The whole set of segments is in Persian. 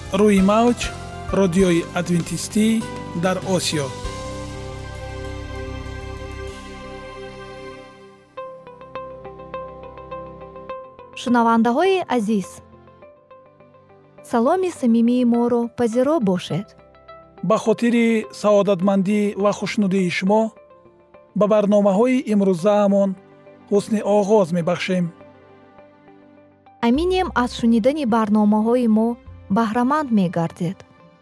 روی موج رادیوی ادوینتیستی در آسیا. шунавандаҳои азиз, саломи самимии моро пазиро бошед. ба хотири саодатмандӣ ва хушнудии шумо ба барномаҳои имрӯзаамон ҳусни оғоз мебахшем. аминем аз шунидани барномаҳои мо баҳраманд мегардед.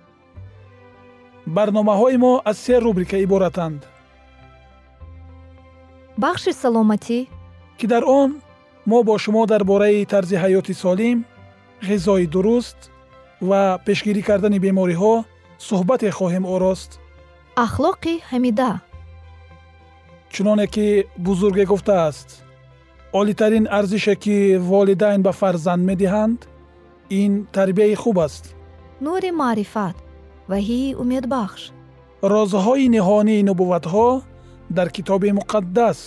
барномаҳои мо аз 3 рубрика иборатанд. бахши саломатӣ, ки дар он мо бо шумо дар бораи тарзи ҳаёти солим, ғизои дуруст ва пешгирӣ кардани бемориҳо суҳбате хоҳем орост. ахлоқи ҳамида. чуноне ки бузурге гуфтааст, олитарин арзише ки волидайн ба фарзанд медиҳанд, ин тарбияи хуб аст. нури маърифат, ваҳии умедбахш. розҳои ниҳонии нубувватҳо дар китоби муқаддас.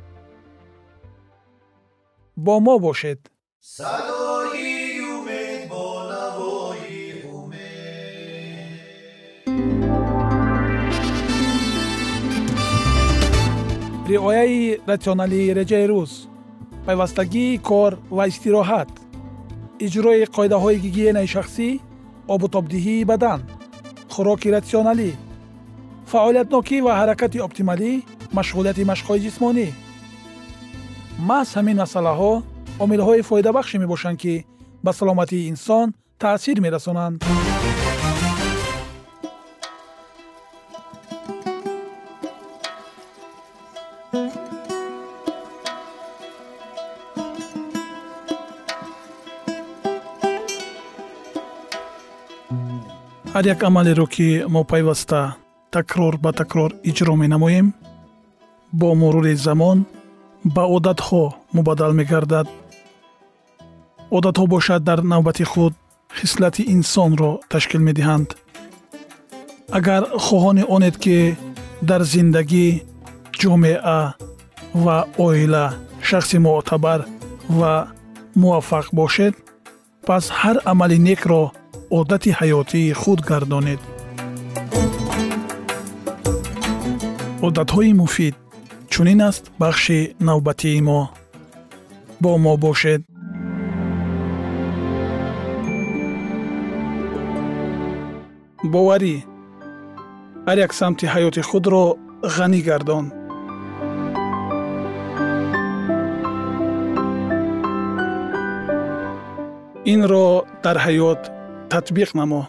با ما باشد. صدای امید با نوای امید. رعایت راسیونالی رجای روز، پیوستگی کار و استراحت، اجرای قاعده‌های گیگین شخصی، آب و تابدهی بدن، خوراک راسیونالی، فعالیت نوکی و حرکت اپتیمالی، مشغولیت مشق‌های جسمانی. محض همین مسئله‌ها عامل‌های فایده بخش می‌باشند که به سلامتی انسان تأثیر می‌رسانند. هر یک عملی رو که ما پیوسته تکرار به تکرار اجرا می‌نماییم، با مرور زمان با عادت‌ها مبادل می‌گردد. عادت‌ها باشد در نوبت خود خصلت انسان را تشکیل می‌دهند. اگر خواهان آنید که در زندگی، جامعه و عائله شخص معتبر و موفق باشد، پس هر عمل نیک را عادت حیاتی خود گردانید. عادت‌های مفید چونین است بخش نوبتی ما. با ما باشد. باوری هر یک سمت حیات خود را غنی گردان. این را در حیات تطبیق نما.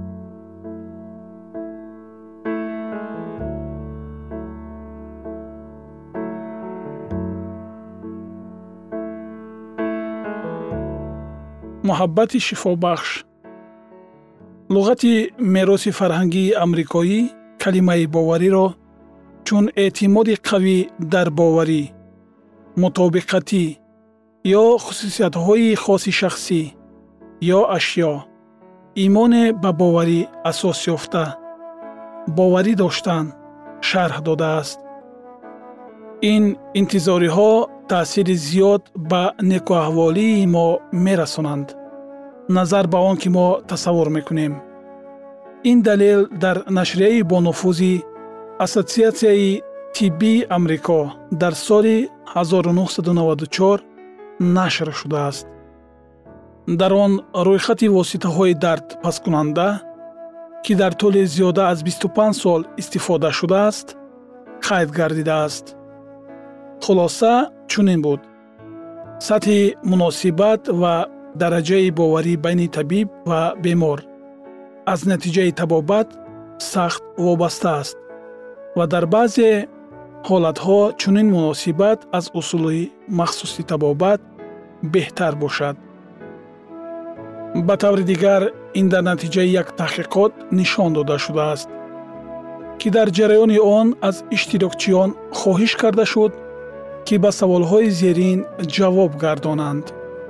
محبت شفابخش. لغت میراث فرهنگی امریکایی کلمه باوری را چون اعتماد قوی در باوری، مطابقتی یا خصوصیت‌های خاص شخصی یا اشیا، ایمان به باوری اساس یافته، باوری داشتن شرح داده است. این انتظاری‌ها تأثیر زیاد به نیک و احوالی ما می‌رسانند نظر به آن که ما تصور می‌کنیم. این دلیل در نشریه با نفوذ اسوسیاسیون طبی آمریکا در سال 1994 نشر شده است. در آن رویخط واسطه‌های درد پس کننده که در طول زیاده از 25 سال استفاده شده است قید گردیده است. خلاصه چنین بود: سطح مناسبت و درجه باوری بین طبیب و بیمار از نتیجه طبابت سخت وابسته است و در بعضی حالتها چنین مناسبت از اصول مخصوص طبابت بهتر باشد. به طور دیگر این در نتیجه یک تحقیقات نشان داده شده است که در جریان آن از اشتراکچیان خواهش کرده شد که به سوالهای زیرین جواب گردانند.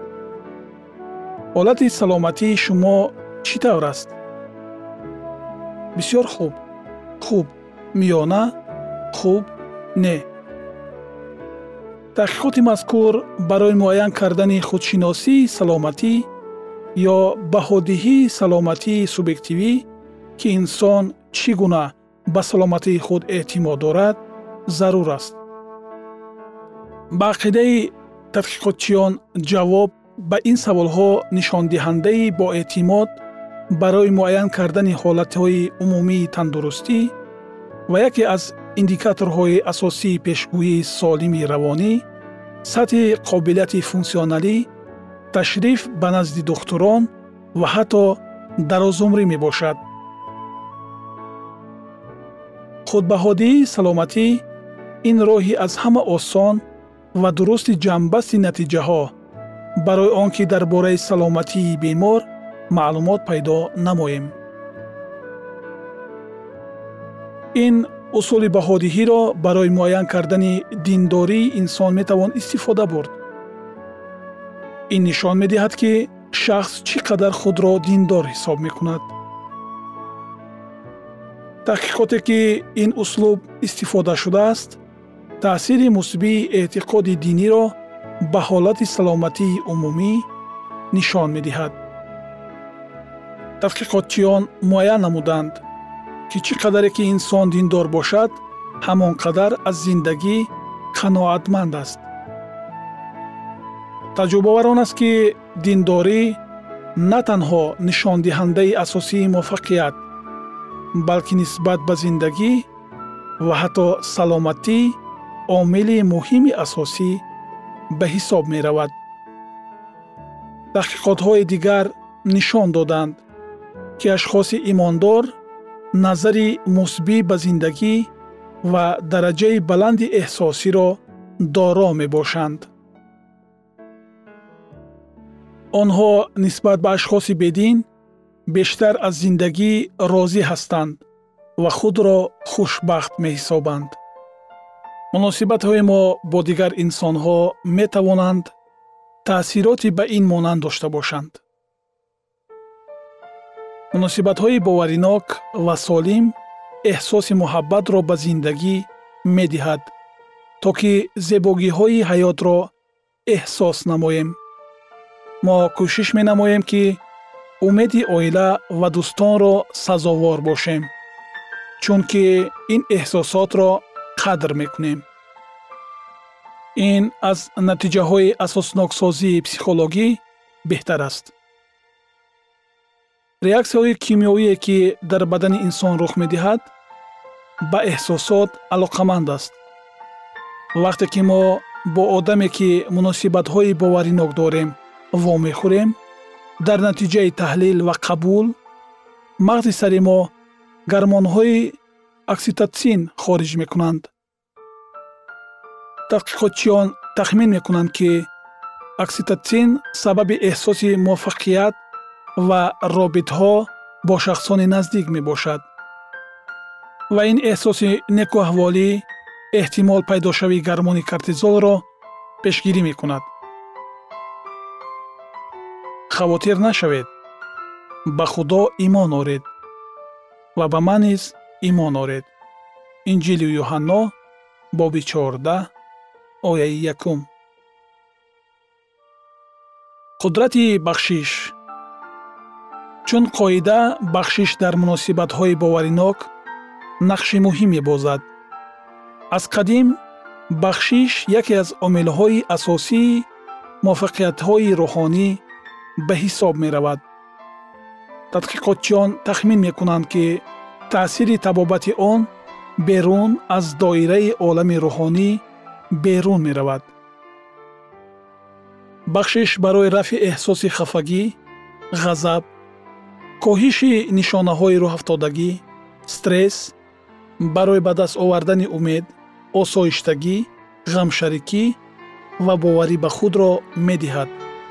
حالت سلامتی شما چطور است؟ بسیار خوب، خوب، میانه، خوب، نه. تحقیقات مذکور برای معین کردن خودشناسی سلامتی ё баҳодиҳии саломатии субъективӣ ки инсон чӣ гуна ба саломатии худ эътимод дорад зарур аст. ба ақидаи тадқиқотчиён ҷавоб ба ин саволҳо нишондиҳандаи боэътимод барои муайян кардани ҳолатҳои умумии тандурустӣ ва яке аз индикаторҳои асосии пешгӯии солими равонӣ, сатҳи қобилияти функсионалӣ, ташриф ба назди духтурон ва ҳатто дарозумрӣ мебошад. худбаҳодиҳии саломатӣ ин роҳи аз ҳама осон ва дурусти ҷамъбасти натиҷаҳо барои он ки дар бораи саломатии бемор маълумот пайдо намоем. ин усули баҳодиҳиро барои муайян кардани диндории инсон метавон истифода бурд. ин нишон медиҳад ки шахс чӣ қадар худро диндор ҳисоб мекунад. таҳқиқоте ки ин услуб истифода шудааст, таъсири мусбии эътиқоди диниро ба ҳолати саломатии умумӣ нишон медиҳад. тадқиқотчиён муайян намуданд, ки чӣ қадаре ки инсон диндор бошад, ҳамон қадар аз зиндагӣ қаноатманд аст. таҷрубавар он аст, ки диндорӣ на танҳо нишондиҳандаи асосии муваффақият, балки нисбат ба зиндагӣ ва ҳатто саломатӣ омили муҳими асосӣ ба ҳисоб меравад. таҳқиқотҳои дигар нишон доданд, ки ашхоси имондор назари мусбӣ ба зиндагӣ ва дараҷаи баланди эҳсосиро доро мебошанд. онҳо нисбат ба ашхоси бедин бештар аз зиндагӣ розӣ ҳастанд ва худро хушбахт меҳисобанд. муносибатҳои мо бо дигар инсонҳо метавонанд таъсироти ба ин монанд дошта бошанд. муносибатҳои боваринок ва солим эҳсоси муҳаббатро ба зиндагӣ медиҳад, то ки зебогиҳои ҳаётро эҳсос намоем. мо кӯшиш менамоем, ки умеди оила ва дӯстонро сазовор бошем, чунки ин эҳсосотро қадр мекунем. ин аз натиҷаҳои асосноксозии психологӣ беҳтар аст. реаксияҳои кимиёвие ки дар бадани инсон рух медиҳад, ба эҳсосот алоқаманд аст. вақте ки мо бо одаме ки муносибатҳои боваринок дорем вомехӯрем, дар натиҷаи таҳлил ва қабул мағзи сари мо гормонҳои окситотсин хориҷ мекунанд. тадқиқотчиён тахмин мекунанд, ки окситотсин сабаби эҳсоси муваффақият ва робитҳо бо шахсони наздик мебошад ва ин эҳсоси некуаҳволӣ эҳтимол пайдошавии гормони кортизолро пешгирӣ мекунад. хавотир нашавед, ба худо имон оред ва ба ман низ имон оред. инҷили Юҳанно боби 14 ояи 1. қудрати бахшиш. чун қоида бахшиш дар муносибатҳои боваринок нақши муҳим мебозад. аз қадим бахшиш яке аз омилҳои асосии муваффақиятҳои рӯҳонӣ ба ҳисоб меравад. тадқиқотчиён тахмин мекунанд, ки таъсири табобати он берун аз доираи олами рӯҳонӣ берун меравад. бахшиш барои рафъи эҳсоси хафагӣ, ғазаб, коҳиши нишонаҳои рӯҳафтодагӣ, стресс, барои ба даст овардани умед, осоиштагӣ, ғамшарикӣ ва боварӣ ба худро медиҳад.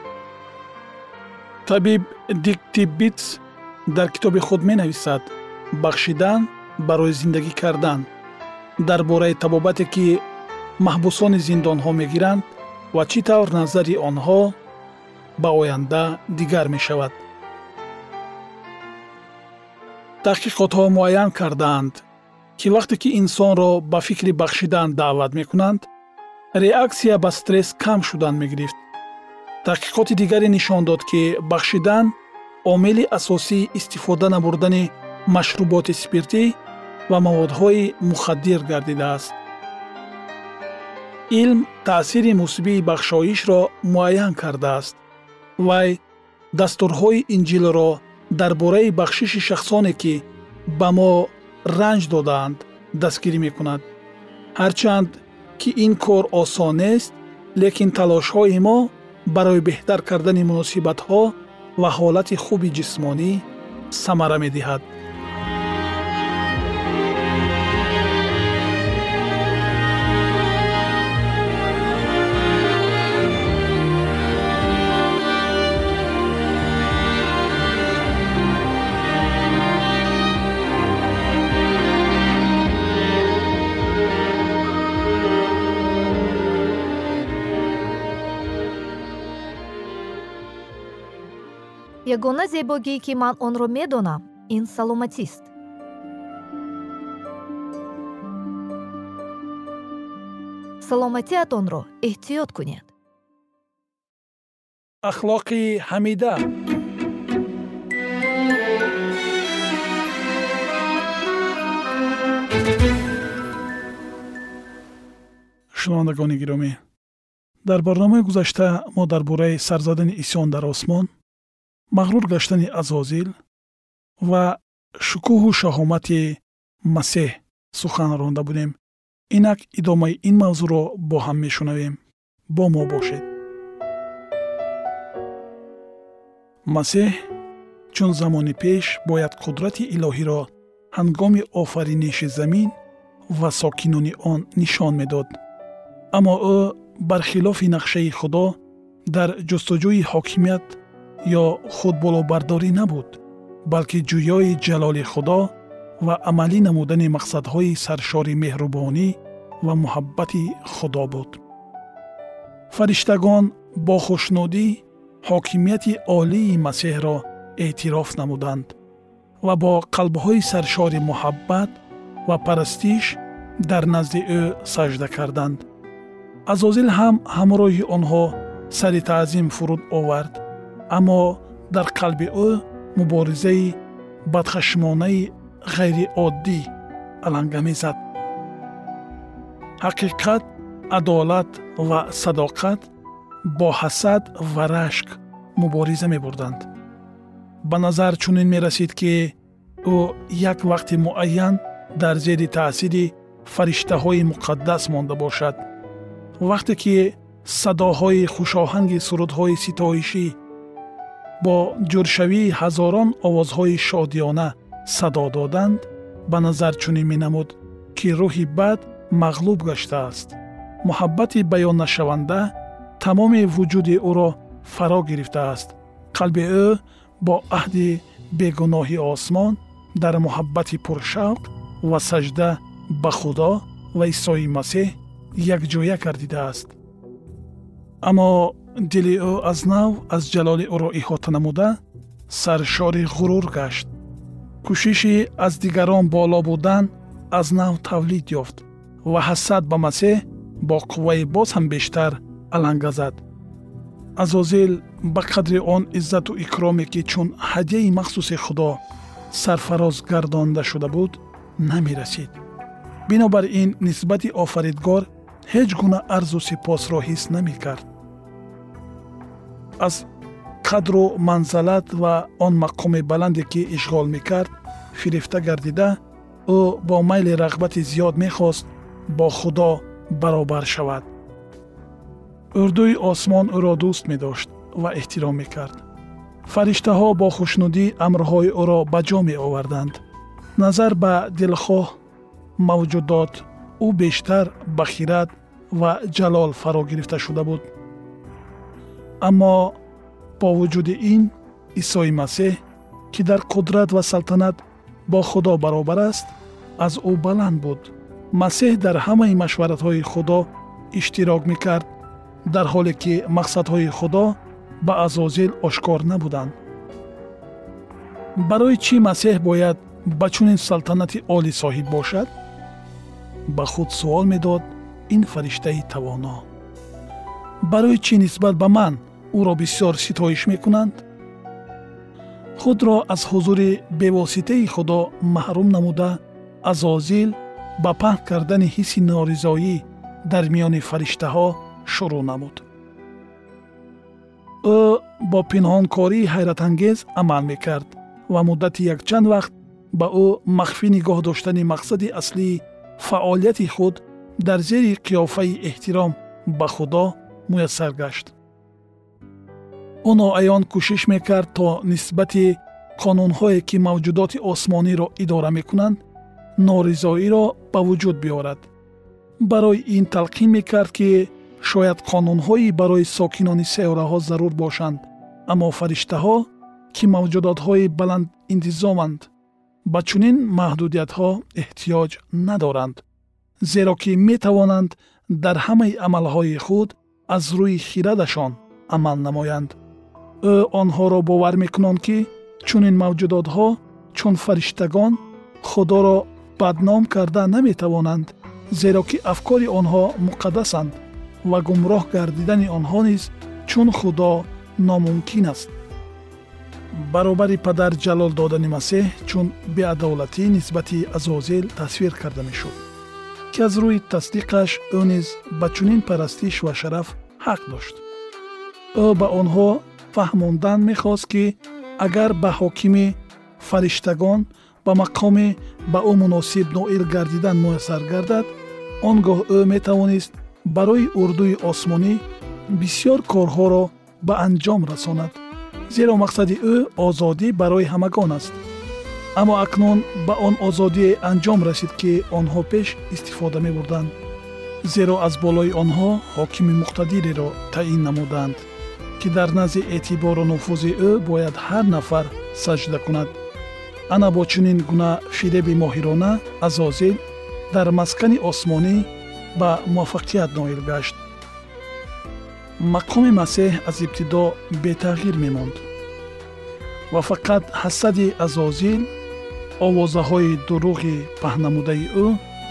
табиб Дик Тиббитс дар китоби худ менависад: бахшидан барои зиндагӣ кардан, дар бораи табобате ки маҳбусони зиндонҳо мегиранд ва чӣ тавр назари онҳо ба оянда дигар мешавад. таҳқиқотҳо муайян кардаанд, ки вақте ки инсонро ба фикри бахшидан даъват мекунанд, реаксия ба стресс кам шудан мегирифт. таҳқиқоти дигаре нишон дод, ки бахшидан عامل اساسی استفاده نبردن مشروبات اسپرتی و موادهای مخدر گردیده است. علم تأثیر مثبت بخشایش را معین کرده است. وی دستورهای انجیل را درباره بخشش شخصانی که به ما رنج دادند دستگیری می‌کند. هرچند که این کار آسان است، لیکن تلاش‌های ما برای بهتر کردن مناسبت‌ها و حالت خوب جسمانی ثمره می‌دهد. ягона зебогие ки ман онро медонам ин саломатист. саломатиатонро эҳтиёт кунед. اخلاقی حمیده. شنوندگان گرامی، در برنامه گذشته ما درباره سرزدن عیسی در آسمان، مغرور گشتن عزازیل و شکوه و شهامت مسیح سخن رانده بودیم. اینک ادامه این موضوع را با هم میشنویم. با ما باشید. مسیح چون زمان پیش باید قدرت الهی را هنگام آفرینش زمین و ساکنان آن نشان میداد، اما او برخلاف نقشه خدا در جستجوی حاکمیت یا خودبالابرداری نبود، بلکه جویای جلال خدا و عملی نمودن مقصدهای سرشار مهربانی و محبت خدا بود. فرشتگان با خوشنودی حاکمیت عالی مسیح را اعتراف نمودند و با قلبهای سرشار محبت و پرستش در نزد او سجده کردند. عزازیل هم همراه آنها سر تعظیم فرود آورد، اما در قلب او مبارزه بدخشمانه غیر عادی علنگه می‌زد. حقیقت، عدالت و صداقت با حسد و رشک مبارزه می‌بردند. به نظر چنین می‌رسید که او یک وقت معین در زیر تأثیر فرشته‌های مقدس مانده باشد. وقتی که صداهای خوشاهنگ سرودهای ستایشی با جرشوی هزاران آوازهای شادیانه صدا دادند، به نظر چنین می‌نمود که روح بد مغلوب گشته است. محبت بیان نشونده تمام وجود او را فرا گرفته است. قلب او با عهد بیگناهی آسمان در محبت پرشوق و سجده به خدا و عیسی مسیح یک جایه گردیده است. اما دل او از نو از جلال او را احاطه نموده سرشار غرور گشت. کوشش از دیگران بالا بودن از نو تولید یافت و حسد به مسیح با قوه باز هم بیشتر علنگه زد. عزازیل به قدر آن عزت و اکرامی که چون هدیه مخصوص خدا سرفراز گردانده شده بود نمی رسید. بنابراین نسبت آفریدگار هیچ گونه عرض و سپاس را حس نمی کرد. از قدر و منزلت و آن مقام بلندی که اشغال می کرد فریفته گردیده، او با میل رغبت زیاد می خواست با خدا برابر شود. اردوی آسمان او را دوست می داشت و احترام می کرد. فرشته ها با خوشنودی امرهای او را به جا می آوردند. نظر به دلخواه موجودات او بیشتر به خیرت و جلال فرا گرفته شده بود. اما با وجود این عیسی مسیح که در قدرت و سلطنت با خدا برابر است از او بلند بود. مسیح در همه مشورت‌های خدا اشتراک می‌کرد، در حالی که مقصدهای خدا به عزازیل آشکار نبودند. برای چی مسیح باید به چنین سلطنت عالی صاحب باشد؟ به خود سوال می‌داد این فرشته توانا. برای چی نسبت به من او را بسیار ستایش می‌کنند؟ худ ро аз ҳузури бевоситаи худо маҳрум намуда, азозил ба паҳн кардани ҳисси норизоӣ дар миёни фариштаҳо шурӯъ намуд. ӯ бо пинҳонкории ҳайратангез амал мекард ва муддати якчанд вақт ба ӯ махфӣ нигоҳ доштани мақсади аслии фаъолияти худ дар зери қиёфаи эҳтиром ба худо муяссар гашт. ӯ ноаён кӯшиш мекард то нисбати қонунҳое ки мавҷудоти осмониро идора мекунанд норизоиро ба вуҷуд биёрад. барои ин талқин мекард ки шояд қонунҳои барои сокинони сайёраҳо зарур бошанд, аммо фариштаҳо ки мавҷудотҳои баландинтизоманд ба чунин маҳдудиятҳо эҳтиёҷ надоранд, зеро ки метавонанд дар ҳамаи амалҳои худ аз рӯи хирадашон амал намоянд. ӯ онҳоро бовар мекунанд ки чунин мавҷудотҳо чун фариштагон худоро бадном карда наметавонанд, зеро ки афкори онҳо муқаддасанд ва гумроҳ гардидани онҳо низ чун худо номумкин аст. баробари падар ҷалол додани масеҳ чун беадолатӣ нисбати азозил тасвир карда мешуд, ки аз рӯи тасдиқаш ӯ низ ба чунин парастиш ва шараф ҳақ дошт. ӯ ба онҳо фаҳмондан мехост ки агар ба ҳокими фариштагон ба мақоми ба ӯ муносиб ноил гардидан муяссар гардад, он гоҳ ӯ метавонист барои урдуи осмонӣ бисьёр корҳоро ба анҷом расонад, зеро мақсади ӯ озодӣ барои ҳамагон аст. аммо акнун ба он озодие анҷом расид ки онҳо пеш истифода мебурданд, зеро аз болои онҳо ҳокими муқтадиреро таъин намуданд, ки дар назди эътибору нуфузи ӯ бояд ҳар нафар саҷда кунад. ана бо чунин гуна фиреби моҳирона азозил дар маскани осмонӣ ба муваффақият ноил гашт. мақоми масеҳ аз ибтидо бетағйир мемонд ва фақат ҳасади азозил, овозаҳои дуруғи паҳнамудаи ӯ,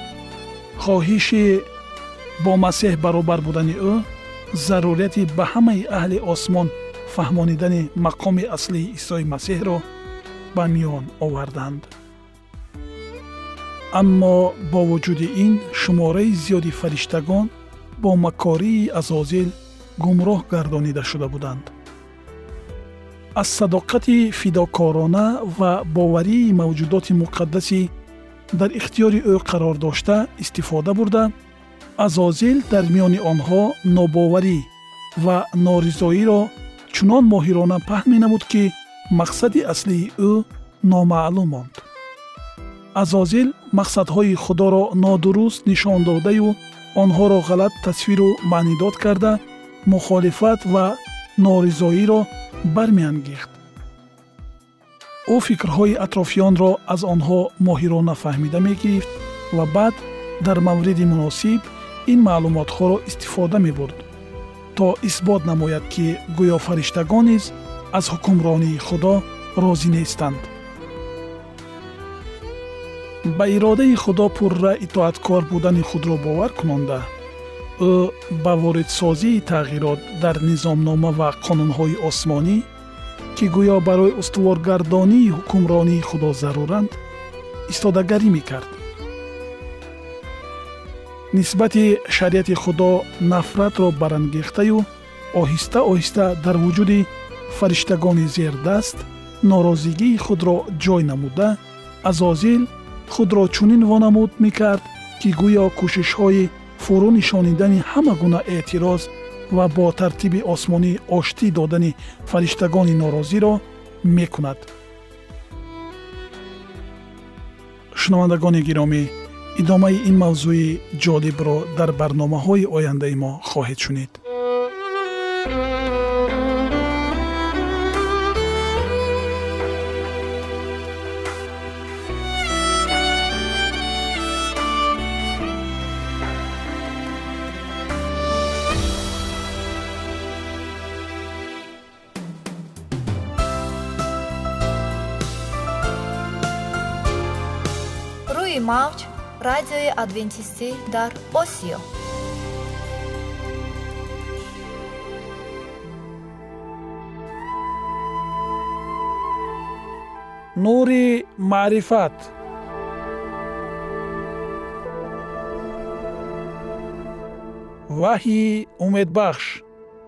хоҳиши бо масеҳ баробар будани ӯ, зарурияти ба ҳамаи аҳли осмон фаҳмонидани мақоми аслии исои масеҳро ба миён оварданд. аммо бо вуҷуди ин шумораи зиёди фариштагон бо макории азозил гумроҳ гардонида шуда буданд. аз садоқати фидокорона ва боварии мавҷудоти муқаддаси дар ихтиёри ӯ қарор дошта истифода бурда, азозил дар миёни онҳо нобоварӣ ва норизоиро чунон моҳирона паҳн менамуд ки мақсади аслии ӯ номаълум монд. азозил мақсадҳои худоро нодуруст нишон додаю онҳоро ғалат тасвиру маънидод карда, мухолифат ва норизоиро бармеангехт. ӯ фикрҳои атрофиёнро аз онҳо моҳирона фаҳмида мегирифт ва баъд дар мавриди муносиб ин маълумотҳоро истифода мебурд, то исбот намояд ки гӯё фариштагон низ аз ҳукмронии худо розӣ нестанд. ба иродаи худо пурра итоаткор будани худро бовар кунонда, ӯ ба воридсозии тағйирот дар низомнома ва қонунҳои осмонӣ ки гӯё барои устуворгардонии ҳукмронии худо заруранд, истодагарӣ мекард. нисбати шариати худо нафратро барангехтаю оҳиста оҳиста дар вуҷуди фариштагони зердаст норозигии худро ҷой намуда, азозил худро чунин вонамуд мекард ки гӯё кӯшишҳои фурӯ нишонидани ҳама гуна эътироз ва бо тартиби осмонӣ оштӣ додани фариштагони норозиро мекунад. шунавандагони гиромӣ, идомаи ин мавзӯи ҷолибро дар барномаҳои ояндаи мо хоҳед шунид. рӯи мавҷ радиои адвентистӣ дар осиё. نور معرفت. وحی امید بخش.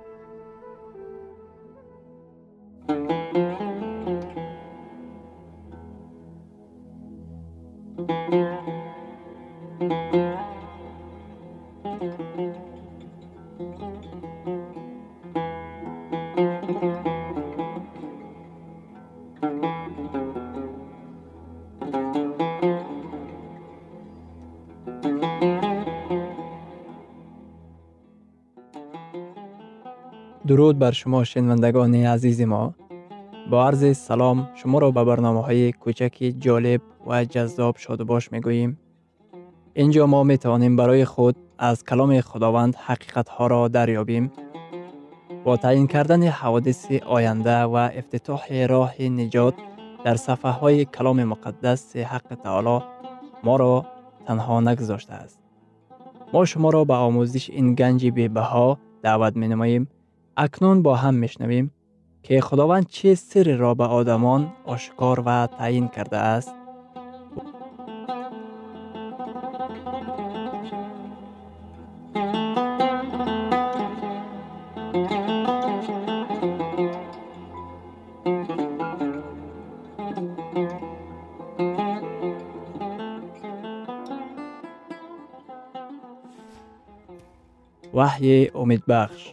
درود بر شما شنوندگان عزیز ما. با عرض سلام شما را به برنامه‌های کوچک جالب و جذاب شادباش می‌گوییم. اینجا ما می‌توانیم برای خود از کلام خداوند حقیقت‌ها را دریابیم. با تعیین کردن حوادث آینده و افتتاح راه نجات در صفحه‌های کلام مقدس حق تعالی ما را تنها نگذاشته است. ما شما را به آموزش این گنج بی‌بها دعوت می‌نماییم. اکنون با هم میشنویم که خداوند چه سری را به آدمان آشکار و تعیین کرده است. وحی امیدبخش.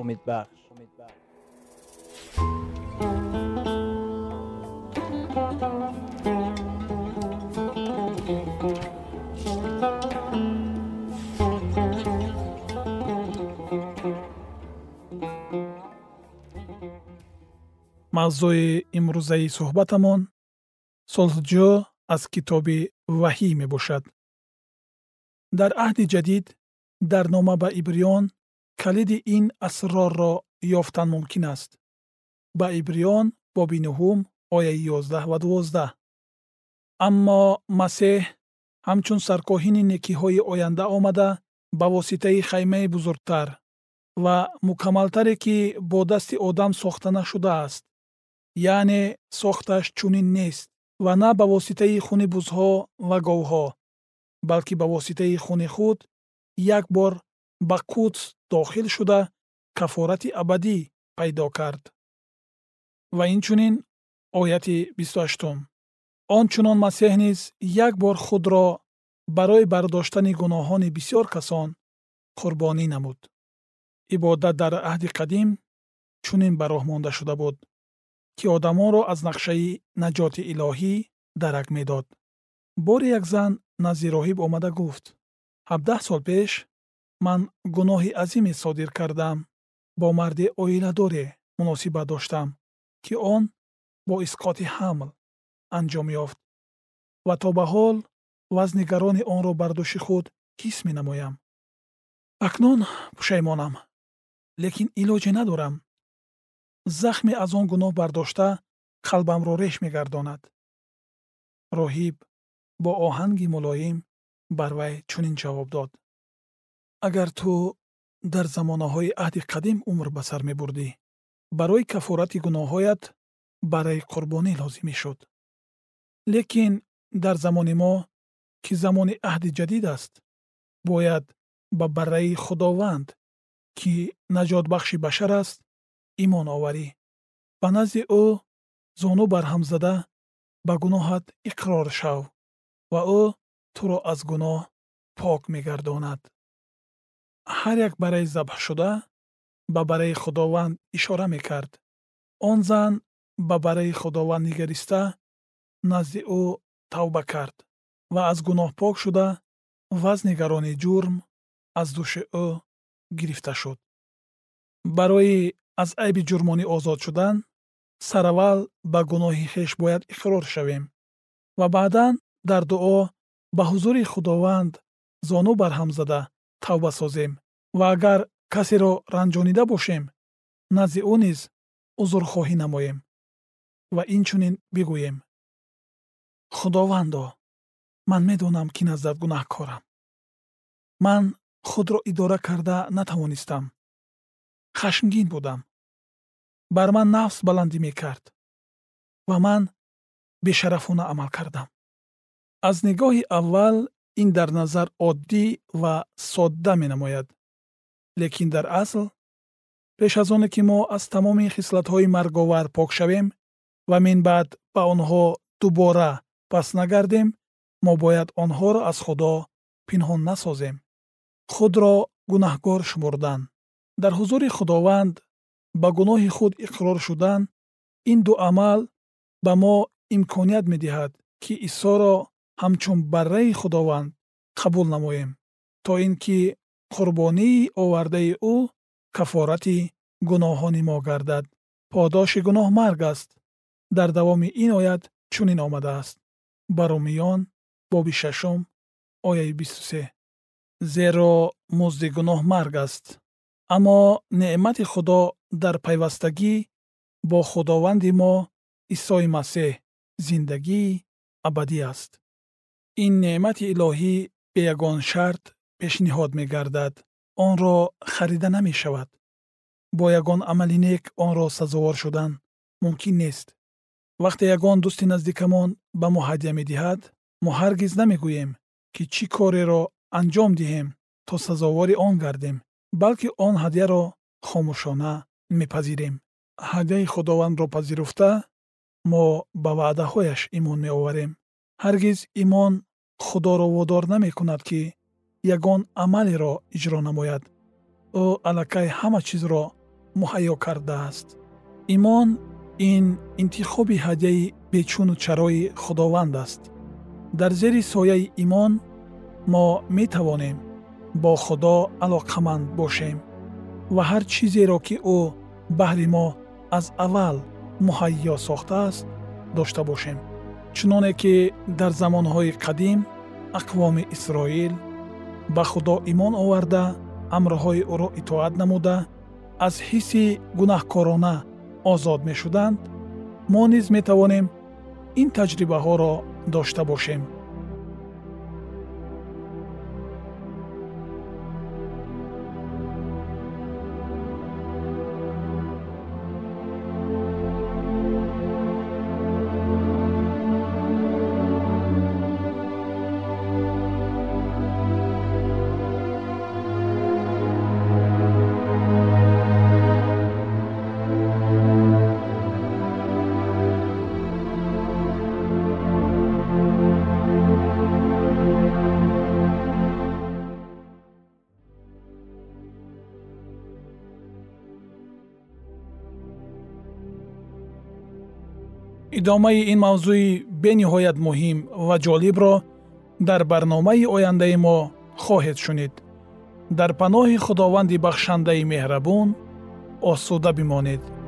мавзӯи имрӯзаи суҳбатамон сулҳҷӯ аз китоби ваҳӣ мебошад. дар аҳди ҷадид дар нома ба ибриён калиди ин асрорро ёфтан мумкин аст. ба ибриён боби 9 ояи 11 ва 12. аммо масеҳ ҳамчун саркоҳини некиҳои оянда омада ба воситаи хаймаи бузургтар ва мукаммалтаре ки бо дасти одам сохта нашудааст, яъне сохташ чунин нест ва на ба воситаи хуни бузҳо ва говҳо, балки ба воситаи хуни худ як бор ба қудс дохил шуда кафорати абадӣ пайдо кард. ва инчунин ояти 28. он чунон масеҳ низ як бор худро барои бардоштани гуноҳони бисёр касон қурбонӣ намуд. ибодат дар аҳди қадим чунин ба роҳ монда шуда буд, ки одамонро аз нақшаи наҷоти илоҳӣ дарак медод. бори як зан назди роҳиб омада гуфт: 17 сол пеш ман гуноҳи азиме содир кардам. бо марди оиладоре муносибат доштам, ки он бо исқоти ҳамл анҷом ёфт ва то ба ҳол вазни гарони онро бар дӯши худ ҳис менамоям. акнун пушаймонам, лекин илоҷе надорам. захме аз он гуноҳ бардошта қалбамро реш мегардонад. роҳиб бо оҳанги мулоим бар вай чунин ҷавоб дод: агар ту дар замонаҳои аҳди қадим умр ба сар мебурдӣ, барои кафорати гуноҳҳоят бараи қурбонӣ лозим мешуд. лекин дар замони мо, ки замони аҳди ҷадид аст, бояд ба барраи худованд, ки наҷотбахши башар аст, имон оварӣ. ба назди ӯ зону барҳам зада ба гуноҳат иқрор шав ва ӯ туро аз гуноҳ пок мегардонад. ҳар як бараи забҳ шуда ба бараи худованд ишора мекард. он зан ба бараи худованд нигариста назди ӯ тавба кард ва аз гуноҳ пок шуда вазни гарони ҷурм аз дӯши ӯ гирифта шуд. барои аз айби ҷурмонӣ озод шудан сараввал ба гуноҳи хеш бояд иқрор шавем ва баъдан дар дуо ба ҳузури худованд зону барҳам зада тавба созем ва агар касеро ранҷонида бошем, назди ӯ низ узрхоҳӣ намоем ва инчунин бигӯем: худовандо, ман медонам ки наздат гунаҳкорам. ман худро идора карда натавонистам. хашмгин будам. бар ман нафс баландӣ мекард ва ман бешарафона амал кардам. аз нигоҳи аввал ин дар назар оддӣ ва содда менамояд, лекин дар асл пеш аз оне ки мо аз тамоми хислатҳои марговар пок шавем ва минбаъд ба онҳо дубора пас нагардем, мо бояд онҳоро аз худо пинҳон насозем. худро гунаҳкор шумурдан, дар ҳузури худованд ба гуноҳи худ иқрор шудан, ин ду амал ба мо имконият медиҳад ки исоро ҳамчун барраи худованд қабул намоем, то ин ки қурбонии овардаи ӯ кафорати гуноҳони мо гардад. подоши гуноҳ марг аст. дар давоми ин оят чунин омадааст. ба Румиён боби 6 ояи 23. зеро музди гуноҳ марг аст, аммо неъмати худо дар пайвастагӣ бо худованди мо исои масеҳ зиндагии абадӣ аст. ин неъмати илоҳӣ бе ягон шарт пешниҳод мегардад. онро харида намешавад. бо ягон амали нек онро сазовор шудан мумкин нест. вақте ягон дӯсти наздикамон ба мо ҳадя медиҳад, мо ҳаргиз намегӯем ки чӣ кореро анҷом диҳем то сазовори он гардем, балки он ҳадяро хомӯшона мепазирем. ҳадяи худовандро пазируфта, мо ба ваъдаҳояш имон меоварем. ҳаргиз имон худоро водор намекунад ки ягон амалеро иҷро намояд. ӯ аллакай ҳама чизро муҳайё кардааст. имон ин интихоби ҳадяи бечуну чарои худованд аст. дар зери сояи имон мо метавонем бо худо алоқаманд бошем ва ҳар чизеро ки ӯ баҳри мо аз аввал муҳайё сохтааст дошта бошем. чуноне ки дар замонҳои қадим ақвоми исроил ба худо имон оварда, амрҳои ӯро итоат намуда, аз ҳисси гунаҳкорона озод мешуданд, мо низ метавонем ин таҷрибаҳоро дошта бошем. идомаи ин мавзӯи бениҳоят муҳим ва ҷолибро дар барномаи ояндаи мо хоҳед шунид. дар паноҳи худованди бахшандаи меҳрабон осуда бимонед.